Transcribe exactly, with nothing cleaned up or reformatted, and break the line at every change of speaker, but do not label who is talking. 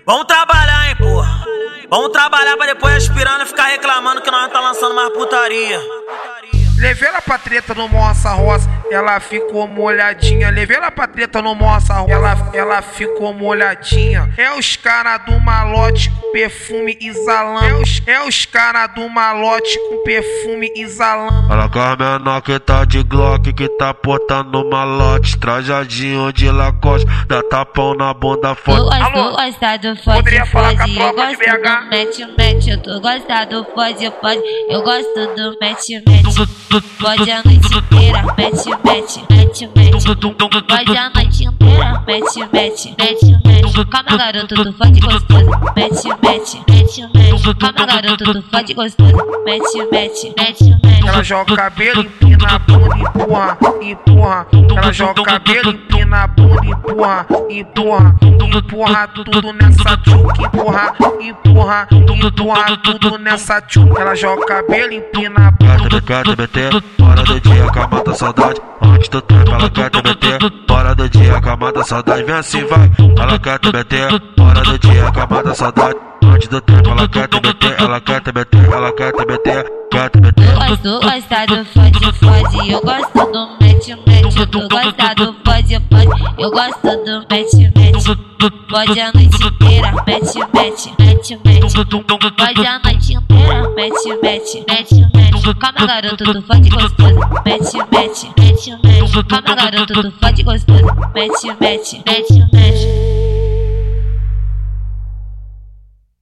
Vamos trabalhar, hein, porra. Vamos trabalhar pra depois aspirando e ficar reclamando que nós não tá lançando mais putaria.
Levei ela pra treta no Moça Roça, ela ficou molhadinha. Levei ela pra treta no Moça Roça, ela, ela ficou molhadinha. É os cara do malote com perfume exalando. É os, é os cara do malote com perfume exalando.
Olha com a menor que tá de Glock, que tá portando malote, trajadinho de Lacoste, dá tapão na bunda forte.
Eu gosto, gostado, fode, fode. Eu gosto do mete, mete. Eu tô gostado, fode, fode. Eu gosto do mete, mete. Pode a noite inteira, mete, mete, mete, mete. Pode a noite inteira, mete, mete, mete, mete. Calma, garoto, tu fode gostoso. Mete, mete, mete, mete. Calma, garoto, tu fode gostoso. Mete, mete, mete, mete.
Ela joga o cabelo, empina a bunda, empurra, empurra. Ela joga o cabelo, empina a bunda, empurra, empurra. Empurra tudo nessa tchuca, empurra, empurra. Empurra tudo nessa tchuca. Ela joga o cabelo, empina a bunda.
Fora do dia que mata a saudade, antes do tempo ela quer te meter. Fora do dia que mata a saudade, vem assim vai, ela quer te meter. Fora do dia que mata a saudade, antes do tempo ela quer te meter. Ela quer te meter, ela quer te meter, quer te meter.
Eu gosto, gostado, fode, fode. Eu gosto do mete, mete. Eu tô gostado, fode, fode. Eu gosto do mete, mete. Pode a noite inteira, mete, mete, mete, mete. Pode a noite inteira, mete, mete, mete, mete. Calma, garoto, tu fode gostoso. Mete, mete, mete, mete. Calma, garoto, tu fode gostoso. Mete, mete, mete, mete.